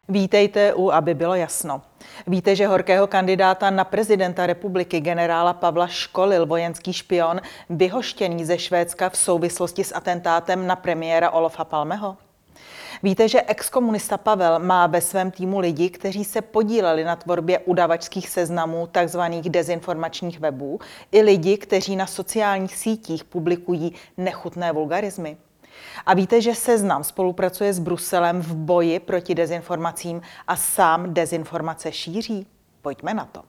Vítejte u Aby bylo jasno. Víte, že horkého kandidáta na prezidenta republiky generála Pavla školil vojenský špion vyhoštěný ze Švédska v souvislosti s atentátem na premiéra Olofa Palmeho? Víte, že exkomunista Pavel má ve svém týmu lidi, kteří se podíleli na tvorbě udavačských seznamů, takzvaných dezinformačních webů, i lidi, kteří na sociálních sítích publikují nechutné vulgarizmy? A víte, že Seznam spolupracuje s Bruselem v boji proti dezinformacím a sám dezinformace šíří? Pojďme na to.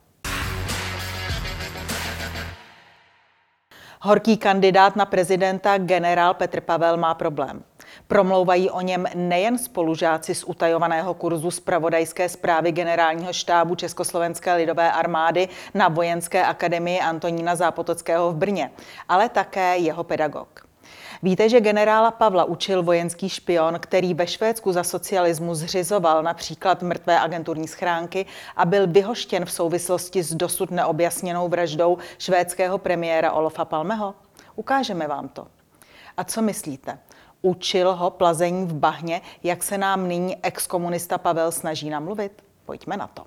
Horký kandidát na prezidenta generál Petr Pavel má problém. Promlouvají o něm nejen spolužáci z utajovaného kurzu zpravodajské zprávy generálního štábu Československé lidové armády na Vojenské akademii Antonína Zápotockého v Brně, ale také jeho pedagog. Víte, že generála Pavla učil vojenský špion, který ve Švédsku za socialismu zřizoval například mrtvé agenturní schránky a byl vyhoštěn v souvislosti s dosud neobjasněnou vraždou švédského premiéra Olofa Palmeho? Ukážeme vám to. A co myslíte? Učil ho plazení v bahně, jak se nám nyní exkomunista Pavel snaží namluvit? Pojďme na to.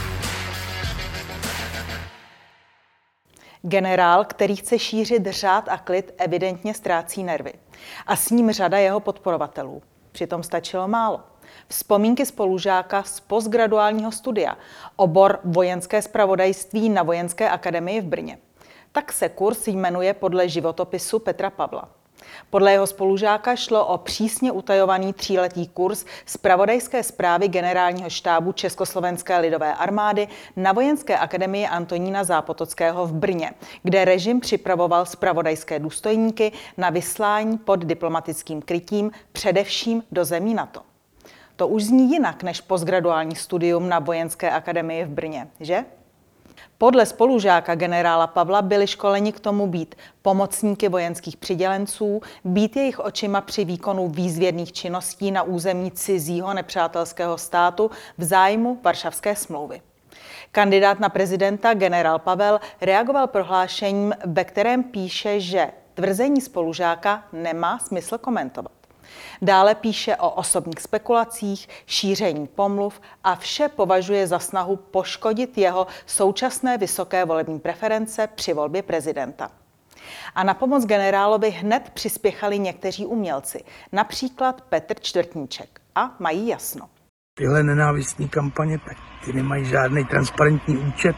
Generál, který chce šířit řád a klid, evidentně ztrácí nervy. A s ním řada jeho podporovatelů. Přitom stačilo málo. Vzpomínky spolužáka z postgraduálního studia, obor vojenské zpravodajství na Vojenské akademii v Brně. Tak se kurz jmenuje podle životopisu Petra Pavla. Podle jeho spolužáka šlo o přísně utajovaný 3letý kurz zpravodajské zprávy generálního štábu Československé lidové armády na Vojenské akademii Antonína Zápotockého v Brně, kde režim připravoval zpravodajské důstojníky na vyslání pod diplomatickým krytím především do zemí NATO. To už zní jinak než postgraduální studium na Vojenské akademii v Brně, že? Podle spolužáka generála Pavla byli školeni k tomu být pomocníky vojenských přidělenců, být jejich očima při výkonu výzvědných činností na území cizího nepřátelského státu v zájmu Varšavské smlouvy. Kandidát na prezidenta generál Pavel reagoval prohlášením, ve kterém píše, že tvrzení spolužáka nemá smysl komentovat. Dále píše o osobních spekulacích, šíření pomluv a vše považuje za snahu poškodit jeho současné vysoké volební preference při volbě prezidenta. A na pomoc generálovi hned přispěchali někteří umělci, například Petr Čtvrtníček. A mají jasno. Tyhle nenávistní kampaně, tak ty nemají žádný transparentní účet,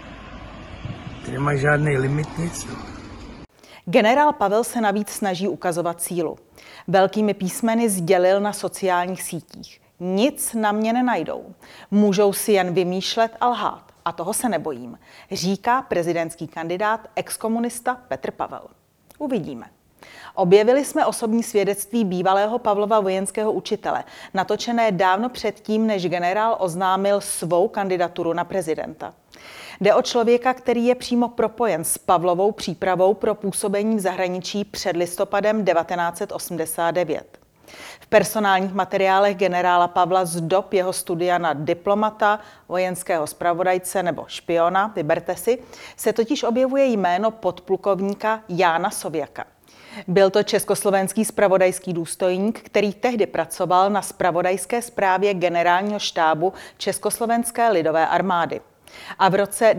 ty nemají žádný limit, nic. Generál Pavel se navíc snaží ukazovat sílu. Velkými písmeny sdělil na sociálních sítích. Nic na mě nenajdou. Můžou si jen vymýšlet a lhát. A toho se nebojím, říká prezidentský kandidát exkomunista Petr Pavel. Uvidíme. Objevili jsme osobní svědectví bývalého Pavlova vojenského učitele, natočené dávno předtím, než generál oznámil svou kandidaturu na prezidenta. Jde o člověka, který je přímo propojen s Pavlovou přípravou pro působení v zahraničí před listopadem 1989. V personálních materiálech generála Pavla z dob jeho studia na diplomata, vojenského zpravodajce nebo špiona, vyberte si, se totiž objevuje jméno podplukovníka Jána Sověka. Byl to československý zpravodajský důstojník, který tehdy pracoval na zpravodajské zprávě generálního štábu Československé lidové armády. A v roce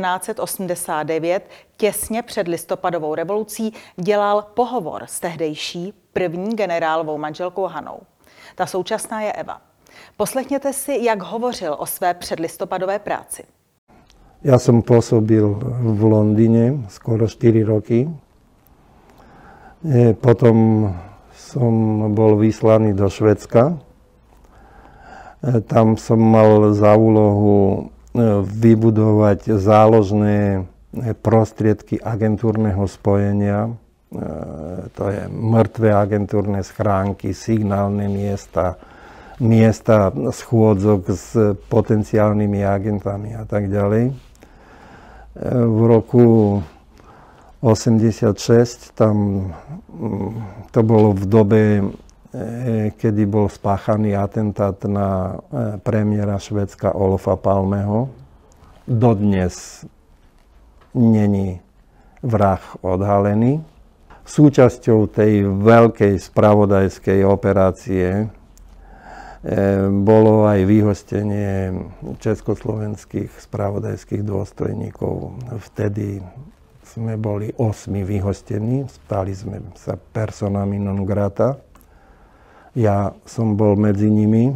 1989, těsně před listopadovou revolucí, dělal pohovor s tehdejší první generálovou manželkou Hanou. Ta současná je Eva. Poslechněte si, jak hovořil o své předlistopadové práci. Ja som pôsobil v Londýne skoro 4 roky. Potom som bol vyslaný do Švédska. Tam som mal za úlohu vybudovať záložné prostriedky agentúrneho spojenia. To je mŕtve agentúrne schránky, signálne miesta schôdzok s potenciálnymi agentami a tak ďalej. V roku 86, to bolo v dobe, kedy bol spáchaný atentát na premiéra Švédska Olofa Palmeho. Dodnes není vrah odhalený. Súčasťou tej veľkej spravodajskej operácie bolo aj vyhostenie československých spravodajských dôstojníkov. Vtedy sme boli 8 vyhostení, stali sme sa personami non grata. Ja som bol medzi nimi.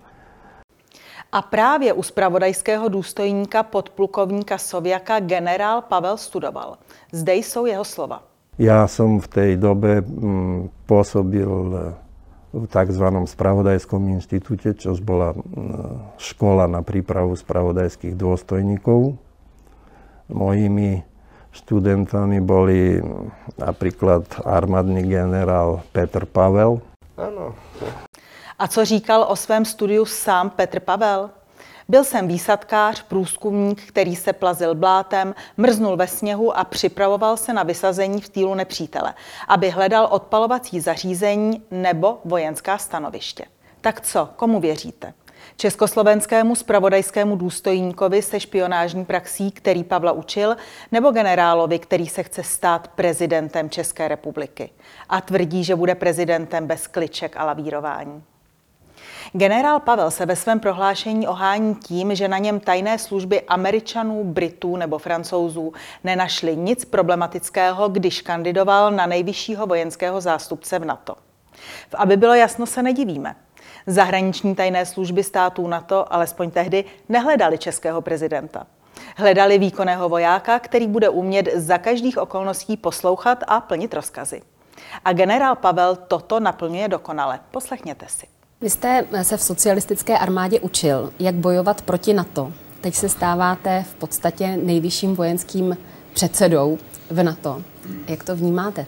A právě u zpravodajského důstojníka podplukovníka Sověka generál Pavel studoval. Zde jsou jeho slova. Ja som v tej dobe pôsobil v tzv. Spravodajskom inštitúte, čo bola škola na prípravu spravodajských dôstojníkov. Mojimi študentami boli napríklad armádny generál Petr Pavel. Ano. A co říkal o svém studiu sám Petr Pavel? Byl jsem výsadkář, průzkumník, který se plazil blátem, mrznul ve sněhu a připravoval se na vysazení v týlu nepřítele, aby hledal odpalovací zařízení nebo vojenská stanoviště. Tak co, komu věříte? Československému zpravodajskému důstojníkovi se špionážní praxí, který Pavla učil, nebo generálovi, který se chce stát prezidentem České republiky a tvrdí, že bude prezidentem bez kliček a lavírování? Generál Pavel se ve svém prohlášení ohání tím, že na něm tajné služby Američanů, Britů nebo Francouzů nenašly nic problematického, když kandidoval na nejvyššího vojenského zástupce v NATO. Aby bylo jasno, se nedivíme. Zahraniční tajné služby států NATO, alespoň tehdy, nehledali českého prezidenta. Hledali výkonného vojáka, který bude umět za každých okolností poslouchat a plnit rozkazy. A generál Pavel toto naplňuje dokonale. Poslechněte si. Vy jste se v socialistické armádě učil, jak bojovat proti NATO. Teď se stáváte v podstatě nejvyšším vojenským předsedou v NATO. Jak to vnímáte?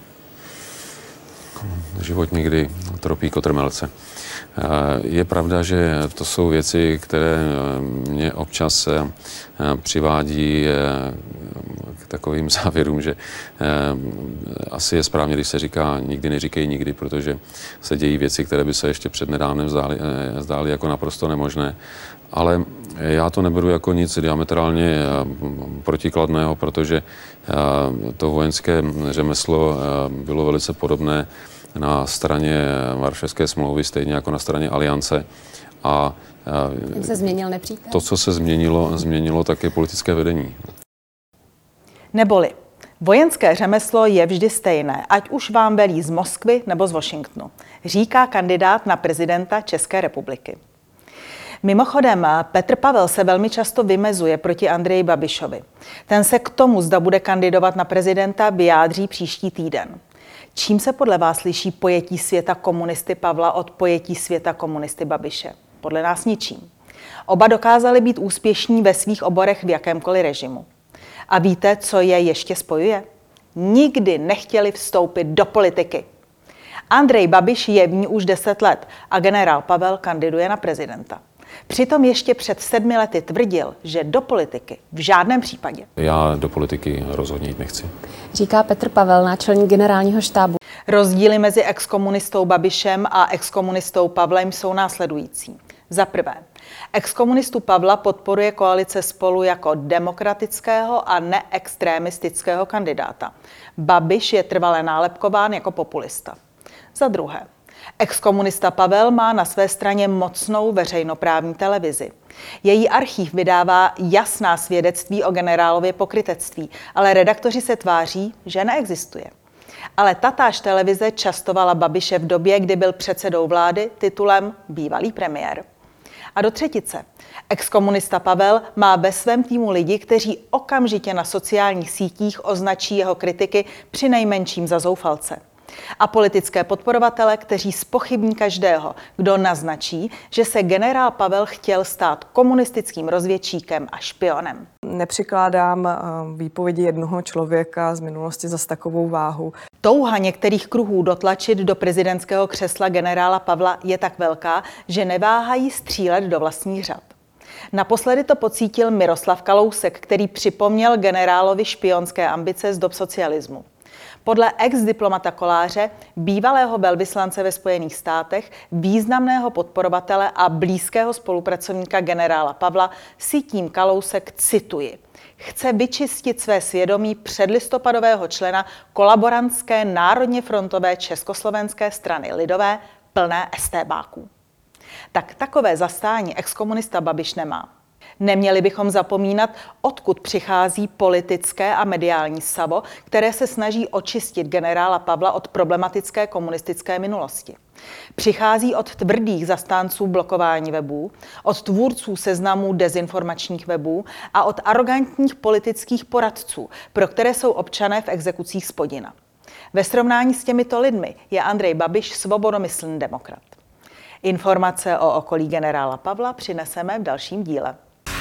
Život někdy tropí kotrmelce. Je pravda, že to jsou věci, které mě občas přivádí k takovým závěrům, že asi je správně, když se říká nikdy neříkej nikdy, protože se dějí věci, které by se ještě před nedávnem zdály jako naprosto nemožné. Ale já to neberu jako nic diametrálně protikladného, protože to vojenské řemeslo bylo velice podobné na straně Varšavské smlouvy, stejně jako na straně Aliance. A jak se změnil nepřítel? To, co se změnilo také politické vedení. Neboli vojenské řemeslo je vždy stejné, ať už vám velí z Moskvy nebo z Washingtonu, říká kandidát na prezidenta České republiky. Mimochodem, Petr Pavel se velmi často vymezuje proti Andreji Babišovi. Ten se k tomu, zda bude kandidovat na prezidenta, vyjádří příští týden. Čím se podle vás liší pojetí světa komunisty Pavla od pojetí světa komunisty Babiše? Podle nás ničím. Oba dokázali být úspěšní ve svých oborech v jakémkoliv režimu. A víte, co je ještě spojuje? Nikdy nechtěli vstoupit do politiky. Andrej Babiš je v ní už 10 let a generál Pavel kandiduje na prezidenta. Přitom ještě před 7 lety tvrdil, že do politiky v žádném případě. Já do politiky rozhodně jít nechci. Říká Petr Pavel, náčelník generálního štábu. Rozdíly mezi exkomunistou Babišem a exkomunistou Pavlem jsou následující. Za prvé, exkomunistu Pavla podporuje koalice Spolu jako demokratického a neextremistického kandidáta. Babiš je trvale nálepkován jako populista. Za druhé, exkomunista Pavel má na své straně mocnou veřejnoprávní televizi. Její archív vydává jasná svědectví o generálově pokrytectví, ale redaktoři se tváří, že neexistuje. Ale tatáž televize častovala Babiše v době, kdy byl předsedou vlády titulem bývalý premiér. A do třetice, exkomunista Pavel má ve svém týmu lidi, kteří okamžitě na sociálních sítích označí jeho kritiky přinejmenším za zoufalce. A politické podporovatele, kteří zpochybní každého, kdo naznačí, že se generál Pavel chtěl stát komunistickým rozvědčíkem a špionem. Nepřikládám výpovědi jednoho člověka z minulosti zas takovou váhu. Touha některých kruhů dotlačit do prezidentského křesla generála Pavla je tak velká, že neváhají střílet do vlastních řad. Naposledy to pocítil Miroslav Kalousek, který připomněl generálovi špionské ambice z dob socialismu. Podle ex-diplomata Koláře, bývalého velvyslance ve Spojených státech, významného podporovatele a blízkého spolupracovníka generála Pavla, si tím Kalousek, cituji, chce vyčistit své svědomí předlistopadového člena kolaborantské národně frontové Československé strany lidové plné estébáků. Tak takové zastání exkomunista Babiš nemá. Neměli bychom zapomínat, odkud přichází politické a mediální savo, které se snaží očistit generála Pavla od problematické komunistické minulosti. Přichází od tvrdých zastánců blokování webů, od tvůrců seznamů dezinformačních webů a od arrogantních politických poradců, pro které jsou občané v exekucích spodina. Ve srovnání s těmito lidmi je Andrej Babiš svobodomyslný demokrat. Informace o okolí generála Pavla přineseme v dalším díle.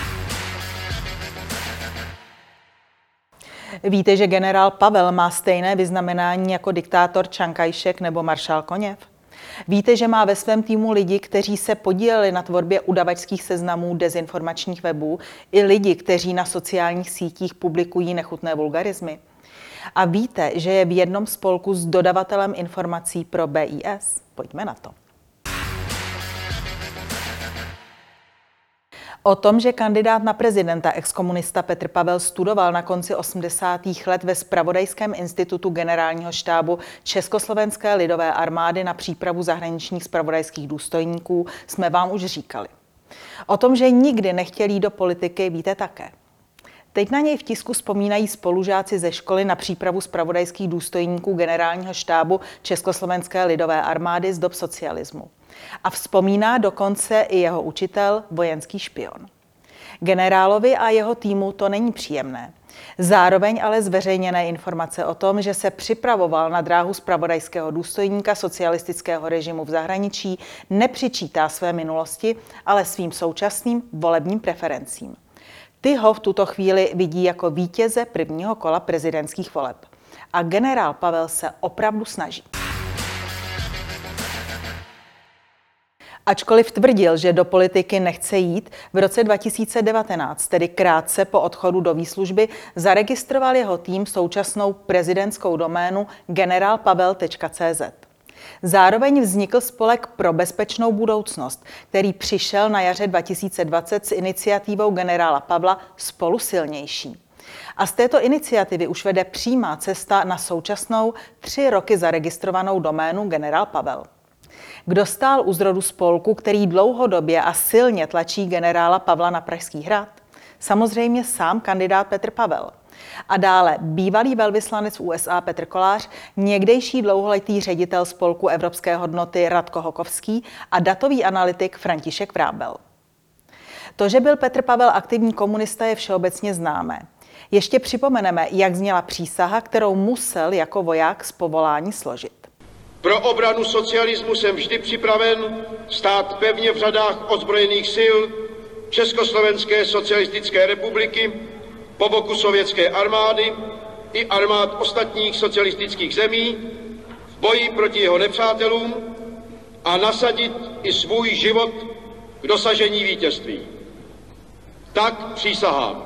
Víte, že generál Pavel má stejné vyznamenání jako diktátor Čankajšek nebo maršál Koněv? Víte, že má ve svém týmu lidi, kteří se podíleli na tvorbě udavačských seznamů dezinformačních webů, i lidi, kteří na sociálních sítích publikují nechutné vulgarizmy? A víte, že je v jednom spolku s dodavatelem informací pro BIS? Pojďme na to. O tom, že kandidát na prezidenta exkomunista Petr Pavel studoval na konci 80. let ve Zpravodajském institutu generálního štábu Československé lidové armády na přípravu zahraničních zpravodajských důstojníků, jsme vám už říkali. O tom, že nikdy nechtěl jít do politiky, víte také. Teď na něj v tisku vzpomínají spolužáci ze školy na přípravu zpravodajských důstojníků generálního štábu Československé lidové armády z dob socialismu. A vzpomíná dokonce i jeho učitel, vojenský špion. Generálovi a jeho týmu to není příjemné. Zároveň ale zveřejněné informace o tom, že se připravoval na dráhu zpravodajského důstojníka socialistického režimu v zahraničí, nepřičítá své minulosti, ale svým současným volebním preferencím. Ty ho v tuto chvíli vidí jako vítěze prvního kola prezidentských voleb. A generál Pavel se opravdu snaží. Ačkoliv tvrdil, že do politiky nechce jít, v roce 2019, tedy krátce po odchodu do výslužby, zaregistroval jeho tým současnou prezidentskou doménu generalpavel.cz. Zároveň vznikl spolek Pro bezpečnou budoucnost, který přišel na jaře 2020 s iniciativou generála Pavla Spolu silnější. A z této iniciativy už vede přímá cesta na současnou 3 roky zaregistrovanou doménu Generál Pavel. Kdo stál u zrodu spolku, který dlouhodobě a silně tlačí generála Pavla na Pražský hrad? Samozřejmě sám kandidát Petr Pavel. A dále bývalý velvyslanec v USA Petr Kolář, někdejší dlouholetý ředitel spolku Evropské hodnoty Radko Hokovský a datový analytik František Vrábel. To, že byl Petr Pavel aktivní komunista, je všeobecně známé. Ještě připomeneme, jak zněla přísaha, kterou musel jako voják z povolání složit. Pro obranu socialismu jsem vždy připraven stát pevně v řadách ozbrojených sil Československé socialistické republiky, po boku sovětské armády i armád ostatních socialistických zemí v boji proti jeho nepřátelům a nasadit i svůj život k dosažení vítězství. Tak přísahám.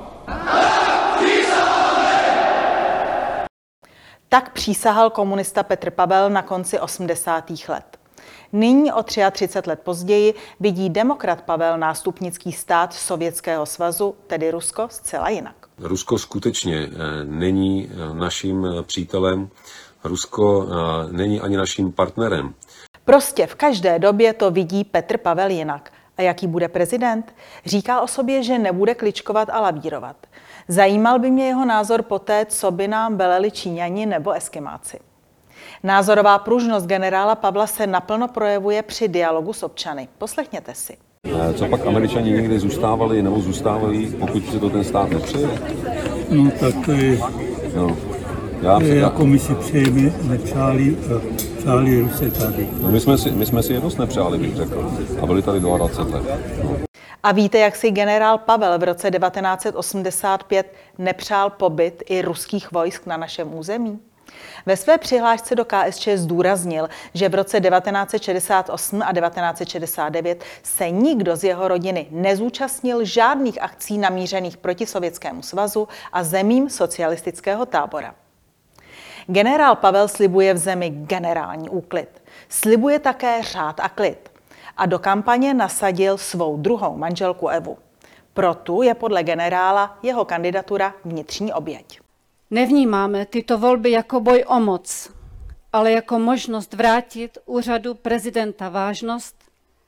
Tak přísahal komunista Petr Pavel na konci 80. let. Nyní o 33 let později vidí demokrat Pavel nástupnický stát Sovětského svazu, tedy Rusko, zcela jinak. Rusko skutečně není naším přítelem, Rusko není ani naším partnerem. Prostě v každé době to vidí Petr Pavel jinak. A jaký bude prezident? Říká o sobě, že nebude kličkovat a lavírovat. Zajímal by mě jeho názor po té, co by nám veleli Číňani nebo Eskimáci. Názorová pružnost generála Pavla se naplno projevuje při dialogu s občany. Poslechněte si. Co pak Američani někdy zůstávali nebo zůstávají, pokud si to ten stát nepřeje? No tak to je, jako my si přejeme, nepřáli Rusy tady. No, my jsme si jednost nepřáli, bych řekl. A byli tady 22 let. No. A víte, jak si generál Pavel v roce 1985 nepřál pobyt i ruských vojsk na našem území? Ve své přihlášce do KSČ zdůraznil, že v roce 1968 a 1969 se nikdo z jeho rodiny nezúčastnil žádných akcí namířených proti Sovětskému svazu a zemím socialistického tábora. Generál Pavel slibuje v zemi generální úklid. Slibuje také řád a klid. A do kampaně nasadil svou druhou manželku Evu. Pro tu je podle generála jeho kandidatura vnitřní oběť. Nevnímáme tyto volby jako boj o moc, ale jako možnost vrátit úřadu prezidenta vážnost,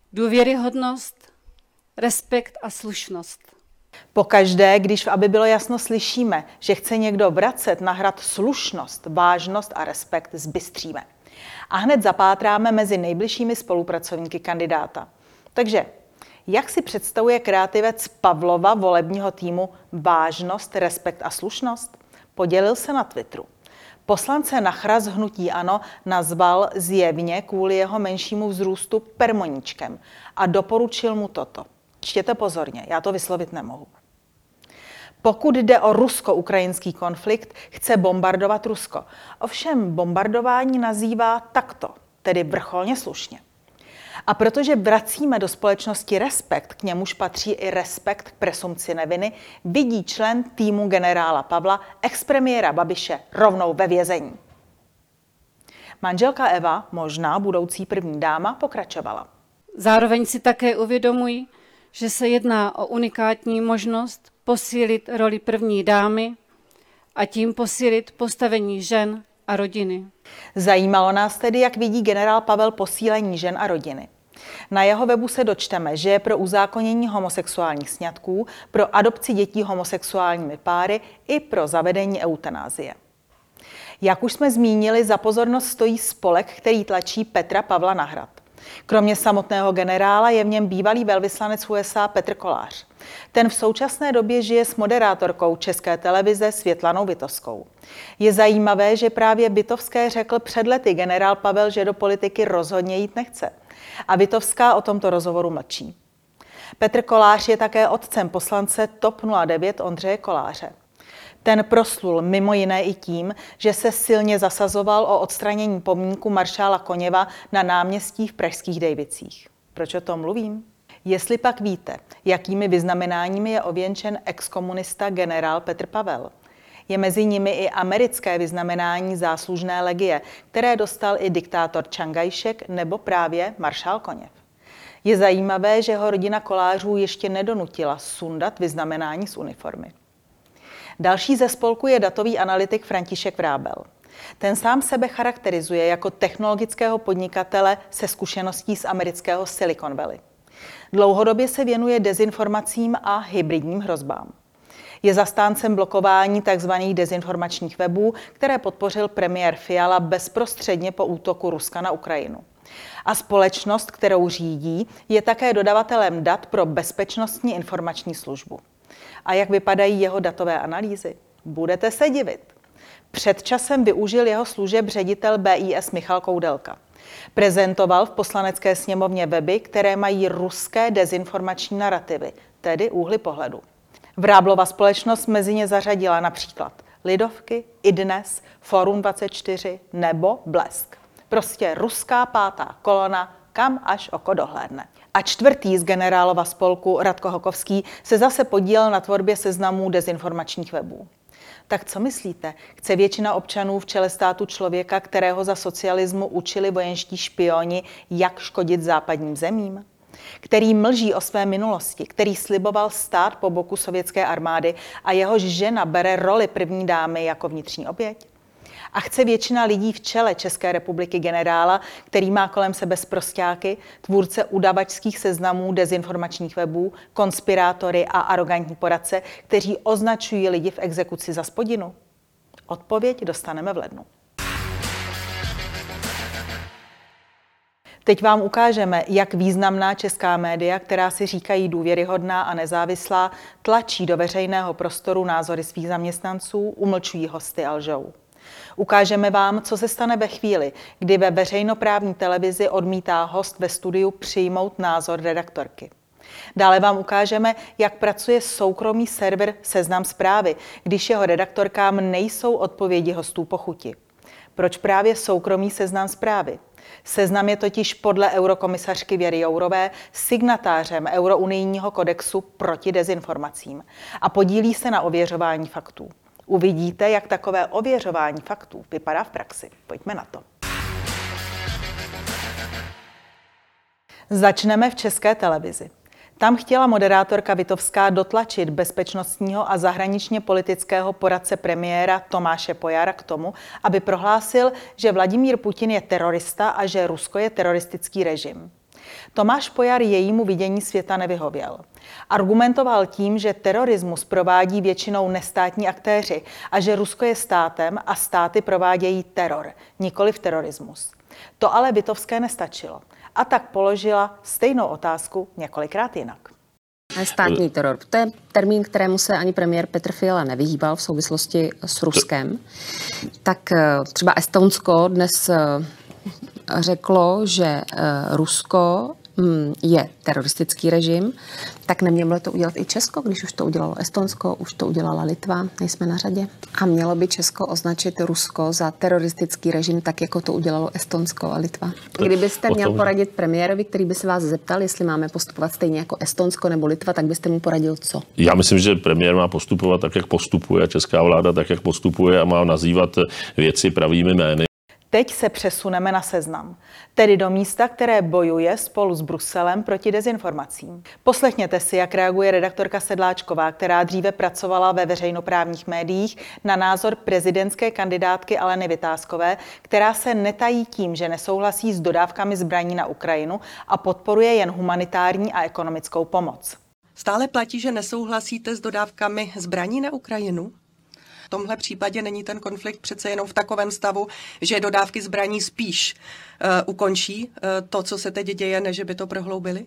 důvěryhodnost, respekt a slušnost. Pokaždé, když aby bylo jasno slyšíme, že chce někdo vracet na hrad slušnost, vážnost a respekt, zbystříme. A hned zapátráme mezi nejbližšími spolupracovníky kandidáta. Takže, jak si představuje kreativec Pavlova volebního týmu vážnost, respekt a slušnost? Podělil se na Twitteru. Poslance Nachra z hnutí ANO nazval zjevně kvůli jeho menšímu vzrůstu permoníčkem a doporučil mu toto. Čtěte pozorně, já to vyslovit nemohu. Pokud jde o rusko-ukrajinský konflikt, chce bombardovat Rusko. Ovšem bombardování nazývá takto, tedy vrcholně slušně. A protože vracíme do společnosti respekt, k němuž patří i respekt k presumpci neviny, vidí člen týmu generála Pavla expremiéra Babiše rovnou ve vězení. Manželka Eva, možná budoucí první dáma, pokračovala. Zároveň si také uvědomuji, že se jedná o unikátní možnost posílit roli první dámy a tím posílit postavení žen a rodiny. Zajímalo nás tedy, jak vidí generál Pavel posílení žen a rodiny. Na jeho webu se dočteme, že je pro uzákonění homosexuálních sňatků, pro adopci dětí homosexuálními páry i pro zavedení eutanázie. Jak už jsme zmínili, za pozornost stojí spolek, který tlačí Petra Pavla na hrad. Kromě samotného generála je v něm bývalý velvyslanec USA Petr Kolář. Ten v současné době žije s moderátorkou České televize Světlanou Witowskou. Je zajímavé, že právě Witowské řekl před lety generál Pavel, že do politiky rozhodně jít nechce. A Witowská o tomto rozhovoru mlčí. Petr Kolář je také otcem poslance TOP 09 Ondřeje Koláře. Ten proslul mimo jiné i tím, že se silně zasazoval o odstranění pomníku maršála Koněva na náměstí v pražských Dejvicích. Proč o tom mluvím? Jestli pak víte, jakými vyznamenáními je ověnčen exkomunista generál Petr Pavel. Je mezi nimi i americké vyznamenání záslužné legie, které dostal i diktátor Čangajšek nebo právě maršál Koněv. Je zajímavé, že ho rodina Kolářů ještě nedonutila sundat vyznamenání z uniformy. Další ze spolku je datový analytik František Vrábel. Ten sám sebe charakterizuje jako technologického podnikatele se zkušeností z amerického Silicon Valley. Dlouhodobě se věnuje dezinformacím a hybridním hrozbám. Je zastáncem blokování tzv. Dezinformačních webů, které podpořil premiér Fiala bezprostředně po útoku Ruska na Ukrajinu. A společnost, kterou řídí, je také dodavatelem dat pro Bezpečnostní informační službu. A jak vypadají jeho datové analýzy? Budete se divit. Před časem využil jeho služeb ředitel BIS Michal Koudelka. Prezentoval v Poslanecké sněmovně weby, které mají ruské dezinformační narativy, tedy úhly pohledu. Vráblova společnost mezi ně zařadila například Lidovky, iDnes, Forum 24 nebo Blesk. Prostě ruská pátá kolona, kam až oko dohlédne. A čtvrtý z generálova spolku, Radko Hokovský, se zase podílel na tvorbě seznamů dezinformačních webů. Tak co myslíte? Chce většina občanů v čele státu člověka, kterého za socialismu učili vojenští špioni, jak škodit západním zemím? Který mlží o své minulosti, který sliboval stát po boku sovětské armády a jehož žena bere roli první dámy jako vnitřní oběť? A chce většina lidí v čele České republiky generála, který má kolem sebe sprosťáky, tvůrce udavačských seznamů dezinformačních webů, konspirátory a arrogantní poradce, kteří označují lidi v exekuci za spodinu? Odpověď dostaneme v lednu. Teď vám ukážeme, jak významná česká média, která si říkají důvěryhodná a nezávislá, tlačí do veřejného prostoru názory svých zaměstnanců, umlčují hosty a lžou. Ukážeme vám, co se stane ve chvíli, kdy ve veřejnoprávní televizi odmítá host ve studiu přijmout názor redaktorky. Dále vám ukážeme, jak pracuje soukromý server Seznam Zprávy, když jeho redaktorkám nejsou odpovědi hostů po chuti. Proč právě soukromý Seznam Zprávy? Seznam je totiž podle eurokomisařky Věry Jourové signatářem eurounijního kodexu proti dezinformacím a podílí se na ověřování faktů. Uvidíte, jak takové ověřování faktů vypadá v praxi. Pojďme na to. Začneme v České televizi. Tam chtěla moderátorka Witowská dotlačit bezpečnostního a zahraničně politického poradce premiéra Tomáše Pojara k tomu, aby prohlásil, že Vladimír Putin je terorista a že Rusko je teroristický režim. Tomáš Pojar jejímu vidění světa nevyhověl. Argumentoval tím, že terorismus provádí většinou nestátní aktéři a že Rusko je státem a státy provádějí teror, nikoliv terorismus. To ale Witowské nestačilo. A tak položila stejnou otázku několikrát jinak. Státní teror. To je termín, kterému se ani premiér Petr Fiala nevyhýbal v souvislosti s Ruskem. Tak třeba Estonsko dnes řeklo, že Rusko je teroristický režim, tak nemělo to udělat i Česko, když už to udělalo Estonsko, už to udělala Litva, nejsme na řadě. A mělo by Česko označit Rusko za teroristický režim, tak jako to udělalo Estonsko a Litva. Kdybyste měl poradit premiérovi, který by se vás zeptal, jestli máme postupovat stejně jako Estonsko nebo Litva, tak byste mu poradil co? Já myslím, že premiér má postupovat tak, jak postupuje, a česká vláda tak, jak postupuje, a má nazývat věci pravými jmény. Teď se přesuneme na Seznam, tedy do místa, které bojuje spolu s Bruselem proti dezinformacím. Poslechněte si, jak reaguje redaktorka Sedláčková, která dříve pracovala ve veřejnoprávních médiích, na názor prezidentské kandidátky Aleny Vitáskové, která se netají tím, že nesouhlasí s dodávkami zbraní na Ukrajinu a podporuje jen humanitární a ekonomickou pomoc. Stále platí, že nesouhlasíte s dodávkami zbraní na Ukrajinu? V tomhle případě není ten konflikt přece jenom v takovém stavu, že dodávky zbraní spíš ukončí to, co se teď děje, než by to prohloubili?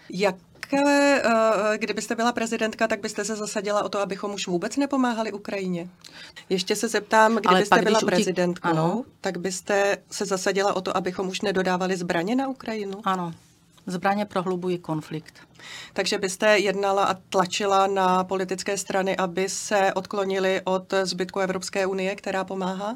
Kdybyste byla prezidentka, tak byste se zasadila o to, abychom už vůbec nepomáhali Ukrajině? Ještě se zeptám, kdybyste byla prezidentkou, tak byste se zasadila o to, abychom už nedodávali zbraně na Ukrajinu? Ano. Zbraně prohlubují konflikt. Takže byste jednala a tlačila na politické strany, aby se odklonili od zbytku Evropské unie, která pomáhá?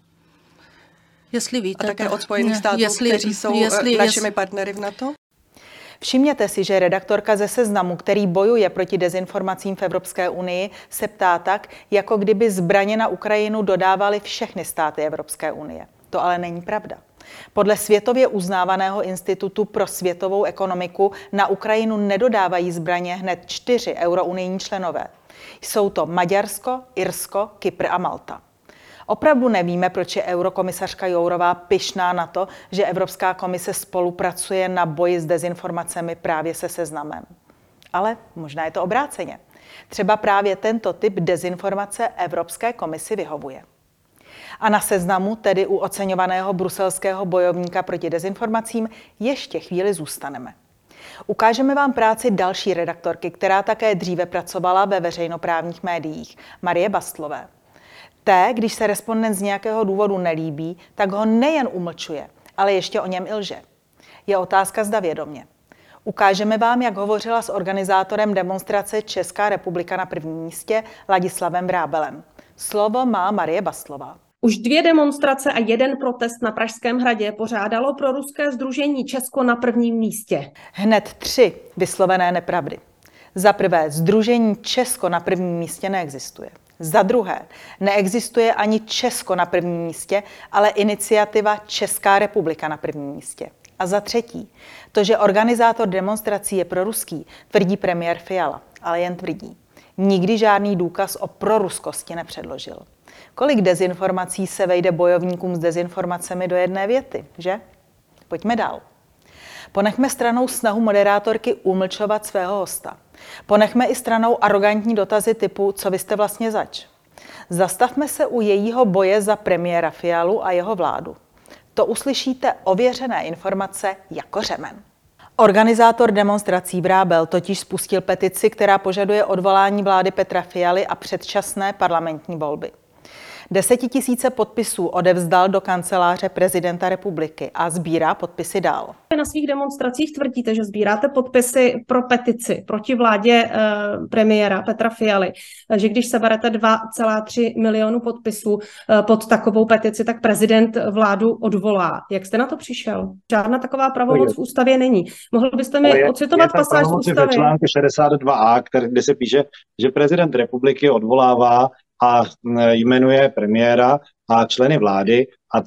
Jestli víte, a také od Spojených států, kteří jsou našimi partnery v NATO? Všimněte si, že redaktorka ze Seznamu, který bojuje proti dezinformacím v Evropské unii, se ptá tak, jako kdyby zbraně na Ukrajinu dodávaly všechny státy Evropské unie. To ale není pravda. Podle světově uznávaného Institutu pro světovou ekonomiku na Ukrajinu nedodávají zbraně hned 4 eurounijní členové. Jsou to Maďarsko, Irsko, Kypr a Malta. Opravdu nevíme, proč je eurokomisařka Jourová pyšná na to, že Evropská komise spolupracuje na boji s dezinformacemi právě se Seznamem. Ale možná je to obráceně. Třeba právě tento typ dezinformace Evropské komisi vyhovuje. A na Seznamu, tedy u oceňovaného bruselského bojovníka proti dezinformacím, ještě chvíli zůstaneme. Ukážeme vám práci další redaktorky, která také dříve pracovala ve veřejnoprávních médiích, Marie Bastlové. Té, když se respondent z nějakého důvodu nelíbí, tak ho nejen umlčuje, ale ještě o něm i lže. Je otázka, zda vědomě. Ukážeme vám, jak hovořila s organizátorem demonstrace Česká republika na prvním místě Ladislavem Vrábelem. Slovo má Marie Bastlová. Už 2 demonstrace a 1 protest na Pražském hradě pořádalo proruské sdružení Česko na prvním místě. Hned 3 vyslovené nepravdy. Za prvé, sdružení Česko na prvním místě neexistuje. Za druhé, neexistuje ani Česko na prvním místě, ale iniciativa Česká republika na prvním místě. A za třetí, to, že organizátor demonstrací je proruský, tvrdí premiér Fiala, ale jen tvrdí. Nikdy žádný důkaz o proruskosti nepředložil. Kolik dezinformací se vejde bojovníkům s dezinformacemi do jedné věty, že? Pojďme dál. Ponechme stranou snahu moderátorky umlčovat svého hosta. Ponechme i stranou arrogantní dotazy typu, co vy jste vlastně zač. Zastavme se u jejího boje za premiéra Fialu a jeho vládu. To uslyšíte ověřené informace jako řemen. Organizátor demonstrací Vrábel totiž spustil petici, která požaduje odvolání vlády Petra Fialy a předčasné parlamentní volby. 10 000 podpisů odevzdal do kanceláře prezidenta republiky a sbírá podpisy dál. Na svých demonstracích tvrdíte, že sbíráte podpisy pro petici proti vládě premiéra Petra Fialy, že když seberete 2,3 milionu podpisů pod takovou petici, tak prezident vládu odvolá. Jak jste na to přišel? Žádná taková pravomoc v ústavě není. Mohl byste mi ocitovat pasáž z ústavy? V článku 62a, kde se píše, že prezident republiky odvolává a jmenuje premiéra a členy vlády, a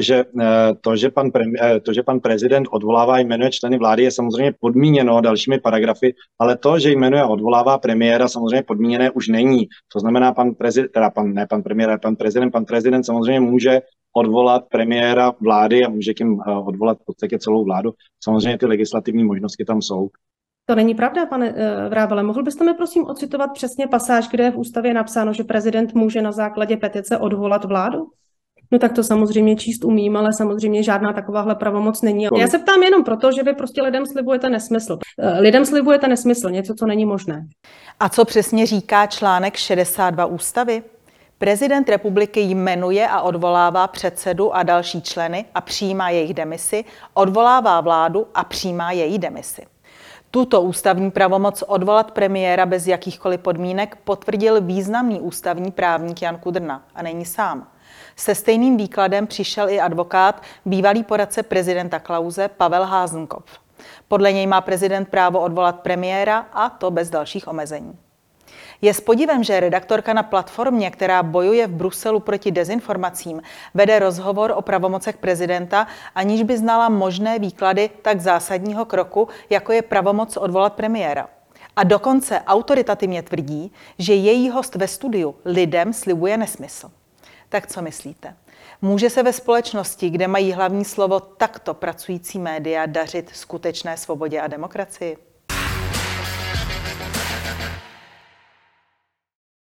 to, že pan prezident odvolává a jmenuje členy vlády, je samozřejmě podmíněno dalšími paragrafy, ale to, že jmenuje a odvolává premiéra, samozřejmě podmíněné už není. To znamená, pan prezident samozřejmě může odvolat premiéra vlády a může tím odvolat v podstatě celou vládu. Samozřejmě ty legislativní možnosti tam jsou. To není pravda, pane Vrábele. Mohl byste mi prosím ocitovat přesně pasáž, kde je v ústavě napsáno, že prezident může na základě petice odvolat vládu? No tak to samozřejmě číst umím, ale samozřejmě žádná takováhle pravomoc není. Já se ptám jenom proto, že vy prostě lidem slibujete nesmysl. Lidem slibujete nesmysl, něco, co není možné. A co přesně říká článek 62 ústavy? Prezident republiky jmenuje a odvolává předsedu a další členy a přijímá jejich demisi, odvolává vládu a přijímá její demisi. Tuto ústavní pravomoc odvolat premiéra bez jakýchkoliv podmínek potvrdil významný ústavní právník Jan Kudrna a není sám. Se stejným výkladem přišel i advokát, bývalý poradce prezidenta Klause Pavel Házenkopf. Podle něj má prezident právo odvolat premiéra a to bez dalších omezení. Je s podivem, že redaktorka na Platformě, která bojuje v Bruselu proti dezinformacím, vede rozhovor o pravomocech prezidenta, aniž by znala možné výklady tak zásadního kroku, jako je pravomoc odvolat premiéra. A dokonce autoritativně tvrdí, že její host ve studiu lidem slibuje nesmysl. Tak co myslíte? Může se ve společnosti, kde mají hlavní slovo takto pracující média, dařit skutečné svobodě a demokracii?